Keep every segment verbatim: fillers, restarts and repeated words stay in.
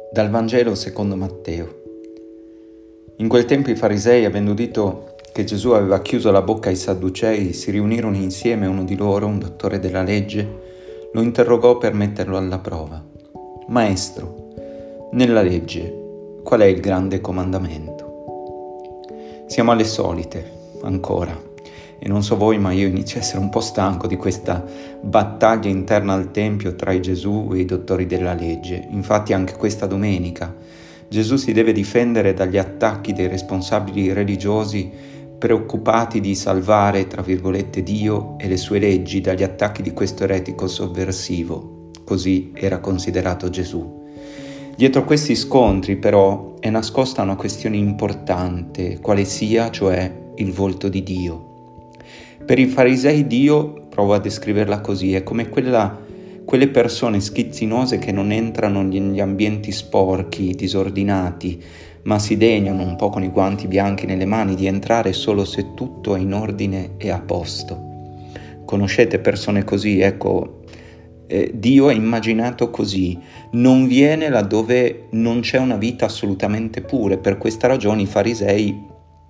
Dal Vangelo secondo Matteo. In quel tempo i farisei, avendo udito che Gesù aveva chiuso la bocca ai Sadducei, si riunirono insieme. Uno di loro, un dottore della legge, lo interrogò per metterlo alla prova. Maestro, nella legge, qual è il grande comandamento? Siamo alle solite, ancora. E non so voi, ma io inizio a essere un po' stanco di questa battaglia interna al Tempio tra Gesù e i dottori della legge. Infatti anche questa domenica Gesù si deve difendere dagli attacchi dei responsabili religiosi preoccupati di salvare, tra virgolette, Dio e le sue leggi dagli attacchi di questo eretico sovversivo. Così era considerato Gesù. Dietro questi scontri, però, è nascosta una questione importante, quale sia, cioè, il volto di Dio. Per i farisei Dio, provo a descriverla così, è come quella, quelle persone schizzinose che non entrano negli ambienti sporchi, disordinati, ma si degnano un po' con i guanti bianchi nelle mani di entrare solo se tutto è in ordine e a posto. Conoscete persone così? Ecco, eh, Dio è immaginato così, non viene laddove non c'è una vita assolutamente pura. Per questa ragione i farisei,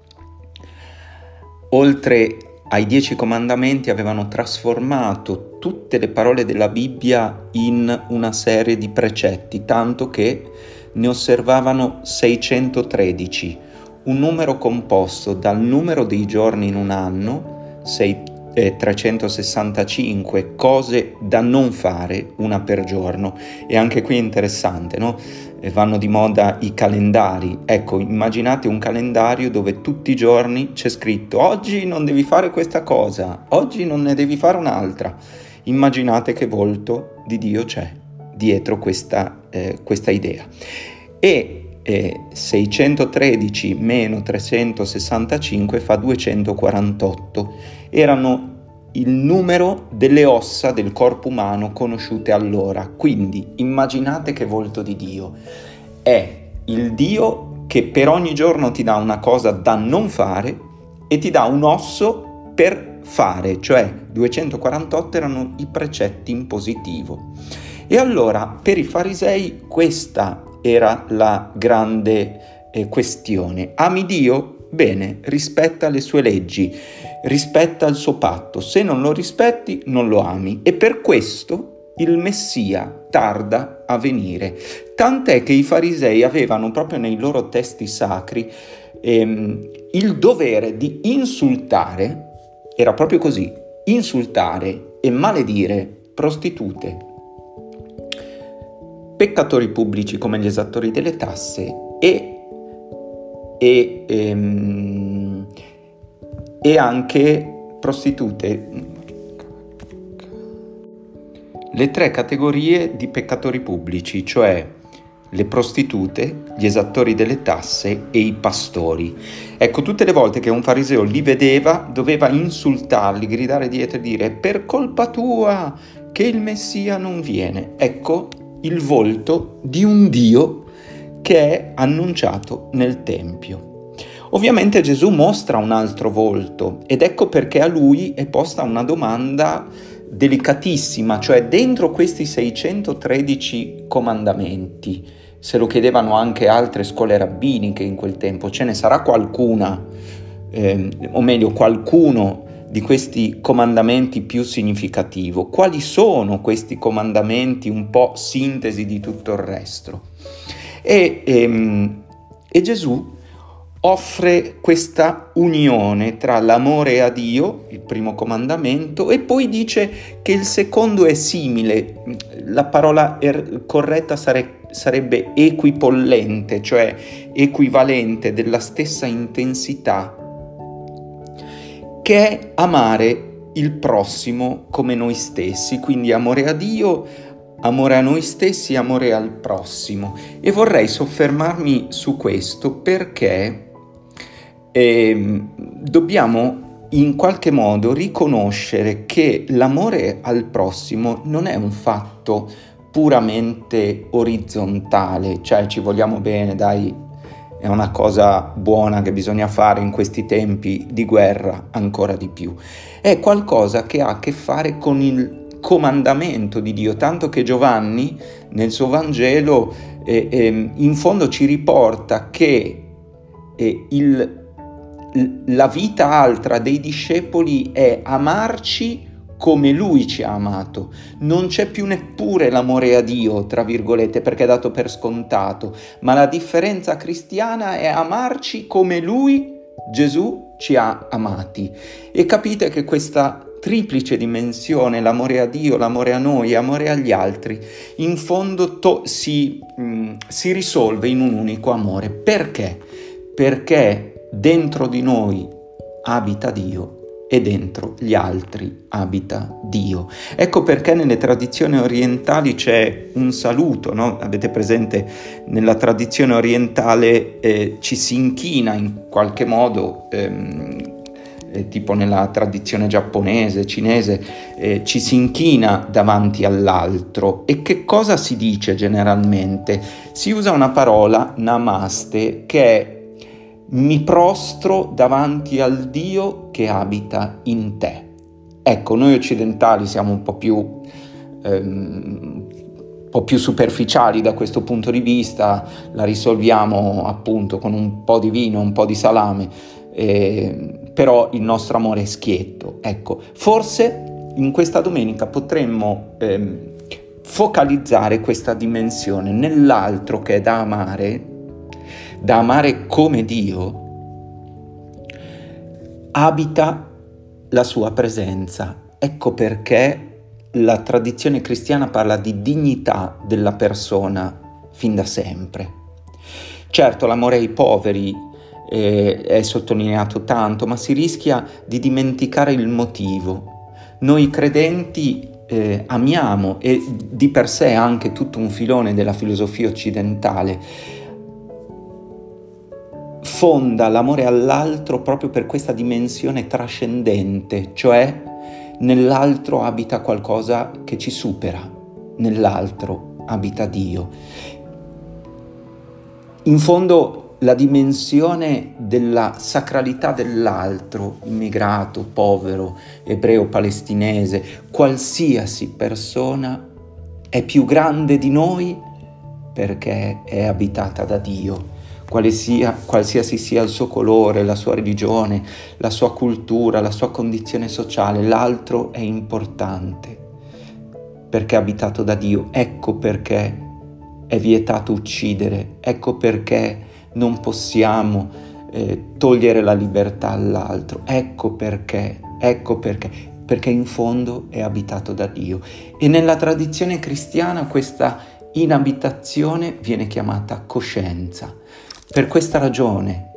oltre ai dieci comandamenti, avevano trasformato tutte le parole della Bibbia in una serie di precetti, tanto che ne osservavano seicentotredici, un numero composto dal numero dei giorni in un anno, sei, eh, trecentosessantacinque cose da non fare, una per giorno. E anche qui è interessante, no? E vanno di moda i calendari. Ecco, immaginate un calendario dove tutti i giorni c'è scritto: oggi non devi fare questa cosa, oggi non ne devi fare un'altra. Immaginate che volto di Dio c'è dietro questa, eh, questa idea. E eh, seicentotredici meno trecentosessantacinque fa duecentoquarantotto. Erano il numero delle ossa del corpo umano conosciute allora. Quindi immaginate che volto di Dio. È il Dio che per ogni giorno ti dà una cosa da non fare e ti dà un osso per fare, cioè duecentoquarantotto erano i precetti in positivo. E allora per i farisei questa era la grande eh, questione. Ami Dio? Bene, rispetta le sue leggi, rispetta il suo patto. Se non lo rispetti, non lo ami. E per questo il Messia tarda a venire. Tant'è che i farisei avevano proprio nei loro testi sacri ehm, il dovere di insultare, era proprio così, insultare e maledire prostitute, peccatori pubblici come gli esattori delle tasse e E, ehm, e anche prostitute, le tre categorie di peccatori pubblici, cioè le prostitute, gli esattori delle tasse e i pastori. Ecco, tutte le volte che un fariseo li vedeva doveva insultarli, gridare dietro e dire: per colpa tua che il Messia non viene. Ecco il volto di un Dio che è annunciato nel Tempio. Ovviamente Gesù mostra un altro volto ed ecco perché a lui è posta una domanda delicatissima, cioè dentro questi seicentotredici comandamenti, se lo chiedevano anche altre scuole rabbiniche in quel tempo, ce ne sarà qualcuna, eh, o meglio qualcuno di questi comandamenti più significativo. Quali sono questi comandamenti, un po' sintesi di tutto il resto? E, ehm, e Gesù offre questa unione tra l'amore a Dio, il primo comandamento, e poi dice che il secondo è simile. La parola er- corretta sare- sarebbe equipollente, cioè equivalente, della stessa intensità, che è amare il prossimo come noi stessi. Quindi amore a Dio, amore a noi stessi, amore al prossimo. E vorrei soffermarmi su questo perché eh, dobbiamo in qualche modo riconoscere che l'amore al prossimo non è un fatto puramente orizzontale, cioè ci vogliamo bene, dai, è una cosa buona che bisogna fare in questi tempi di guerra ancora di più. È qualcosa che ha a che fare con il comandamento di Dio, tanto che Giovanni nel suo Vangelo eh, eh, in fondo ci riporta che eh, il, la vita altra dei discepoli è amarci come lui ci ha amato. Non c'è più neppure l'amore a Dio, tra virgolette, perché è dato per scontato, ma la differenza cristiana è amarci come lui, Gesù, ci ha amati. E capite che questa triplice dimensione, l'amore a Dio, l'amore a noi, l'amore agli altri, in fondo to- si, mh, si risolve in un unico amore. Perché? Perché dentro di noi abita Dio e dentro gli altri abita Dio. Ecco perché nelle tradizioni orientali c'è un saluto, no? Avete presente, nella tradizione orientale eh, ci si inchina in qualche modo, ehm, eh, tipo nella tradizione giapponese, cinese, eh, ci si inchina davanti all'altro. E che cosa si dice generalmente? Si usa una parola, namaste, che è mi prostro davanti al Dio che abita in te. Ecco, noi occidentali siamo un po' più, ehm, un po' più superficiali da questo punto di vista, la risolviamo appunto con un po' di vino, un po' di salame, eh, però il nostro amore è schietto. Ecco, forse in questa domenica potremmo ehm, focalizzare questa dimensione nell'altro che è da amare, da amare come Dio, abita la sua presenza. Ecco perché la tradizione cristiana parla di dignità della persona fin da sempre. Certo, l'amore ai poveri eh, è sottolineato tanto, ma si rischia di dimenticare il motivo. Noi credenti eh, amiamo, e di per sé anche tutto un filone della filosofia occidentale fonda l'amore all'altro proprio per questa dimensione trascendente, cioè nell'altro abita qualcosa che ci supera, nell'altro abita Dio. In fondo la dimensione della sacralità dell'altro, immigrato, povero, ebreo, palestinese, qualsiasi persona, è più grande di noi perché è abitata da Dio. Quale sia, qualsiasi sia il suo colore, la sua religione, la sua cultura, la sua condizione sociale, l'altro è importante perché è abitato da Dio. Ecco perché è vietato uccidere, ecco perché non possiamo eh, togliere la libertà all'altro, ecco perché, ecco perché, perché in fondo è abitato da Dio. E nella tradizione cristiana questa inabitazione viene chiamata coscienza. Per questa ragione,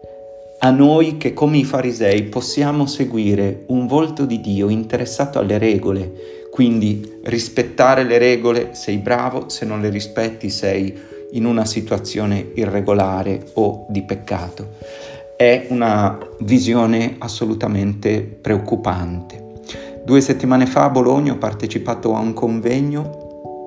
a noi che come i farisei possiamo seguire un volto di Dio interessato alle regole, quindi rispettare le regole, sei bravo, se non le rispetti sei in una situazione irregolare o di peccato, è una visione assolutamente preoccupante. Due settimane fa a Bologna ho partecipato a un convegno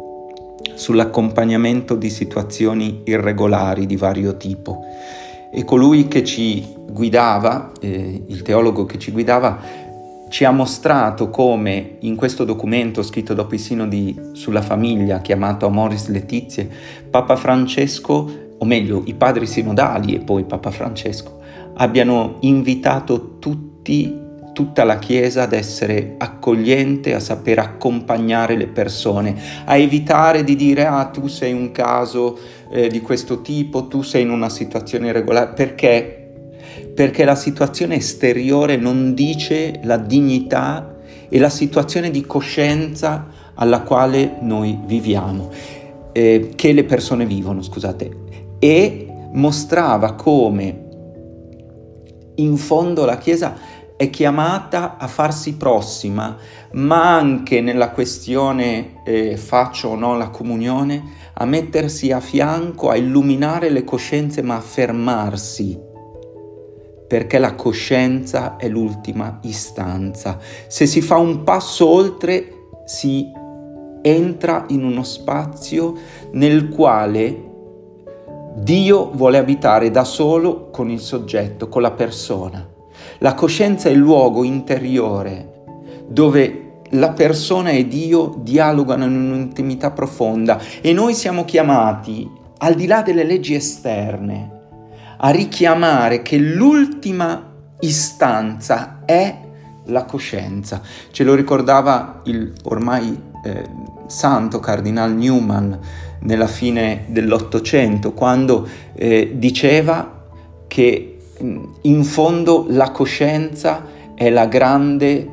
sull'accompagnamento di situazioni irregolari di vario tipo e colui che ci guidava, eh, il teologo che ci guidava, ci ha mostrato come in questo documento scritto dopo i sinodi sulla famiglia chiamato Amoris Laetitia, Papa Francesco, o meglio i padri sinodali e poi Papa Francesco, abbiano invitato tutti tutta la Chiesa ad essere accogliente, a saper accompagnare le persone, a evitare di dire ah tu sei un caso eh, di questo tipo, tu sei in una situazione irregolare, perché? Perché la situazione esteriore non dice la dignità e la situazione di coscienza alla quale noi viviamo, eh, che le persone vivono, scusate, e mostrava come in fondo la Chiesa è chiamata a farsi prossima, ma anche nella questione eh, faccio o no la comunione, a mettersi a fianco, a illuminare le coscienze, ma a fermarsi, perché la coscienza è l'ultima istanza. Se si fa un passo oltre, si entra in uno spazio nel quale Dio vuole abitare da solo con il soggetto, con la persona. La coscienza è il luogo interiore dove la persona e Dio dialogano in un'intimità profonda e noi siamo chiamati al di là delle leggi esterne, a richiamare che l'ultima istanza è la coscienza. Ce lo ricordava il ormai eh, santo Cardinal Newman nella fine dell'Ottocento, quando eh, diceva che in fondo la coscienza è la grande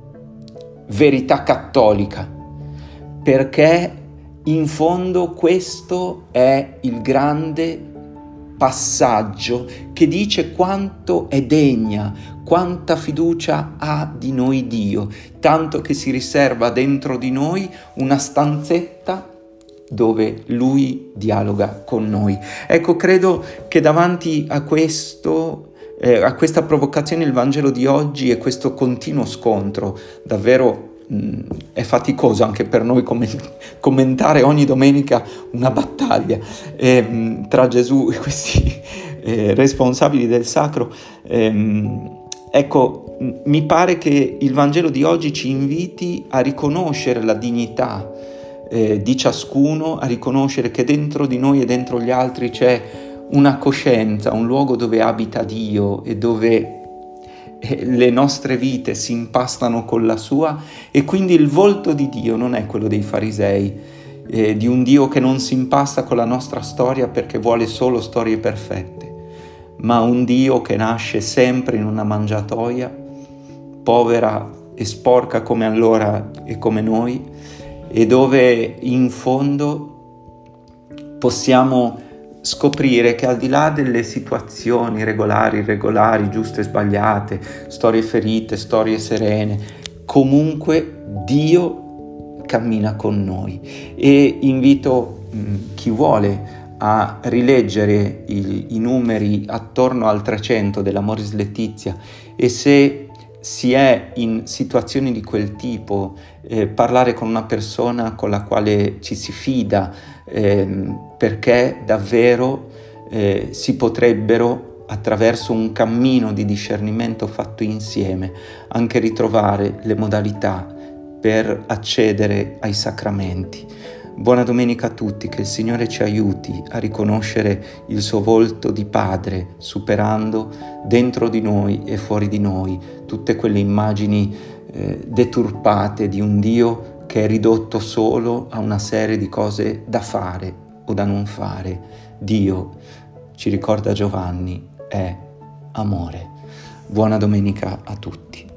verità cattolica, perché in fondo questo è il grande passaggio che dice quanto è degna, quanta fiducia ha di noi Dio, tanto che si riserva dentro di noi una stanzetta dove Lui dialoga con noi. Ecco, credo che davanti a questo, eh, a questa provocazione il Vangelo di oggi e questo continuo scontro davvero mh, è faticoso anche per noi come, commentare ogni domenica una battaglia eh, mh, tra Gesù e questi eh, responsabili del sacro. Ehm, ecco, mh, mi pare che il Vangelo di oggi ci inviti a riconoscere la dignità Eh, di ciascuno, a riconoscere che dentro di noi e dentro gli altri c'è una coscienza, un luogo dove abita Dio e dove eh, le nostre vite si impastano con la sua, e quindi il volto di Dio non è quello dei farisei, eh, di un Dio che non si impasta con la nostra storia perché vuole solo storie perfette, ma un Dio che nasce sempre in una mangiatoia, povera e sporca come allora e come noi, e dove in fondo possiamo scoprire che al di là delle situazioni regolari, irregolari, giuste e sbagliate, storie ferite, storie serene, comunque Dio cammina con noi. E invito mh, chi vuole a rileggere i, i numeri attorno al trecento dell'Amoris Laetitia, e se si è in situazioni di quel tipo, eh, parlare con una persona con la quale ci si fida, ehm, perché davvero eh, si potrebbero, attraverso un cammino di discernimento fatto insieme, anche ritrovare le modalità per accedere ai sacramenti. Buona domenica a tutti, che il Signore ci aiuti a riconoscere il suo volto di Padre, superando dentro di noi e fuori di noi tutte quelle immagini eh, deturpate di un Dio che è ridotto solo a una serie di cose da fare o da non fare. Dio, ci ricorda Giovanni, è amore. Buona domenica a tutti.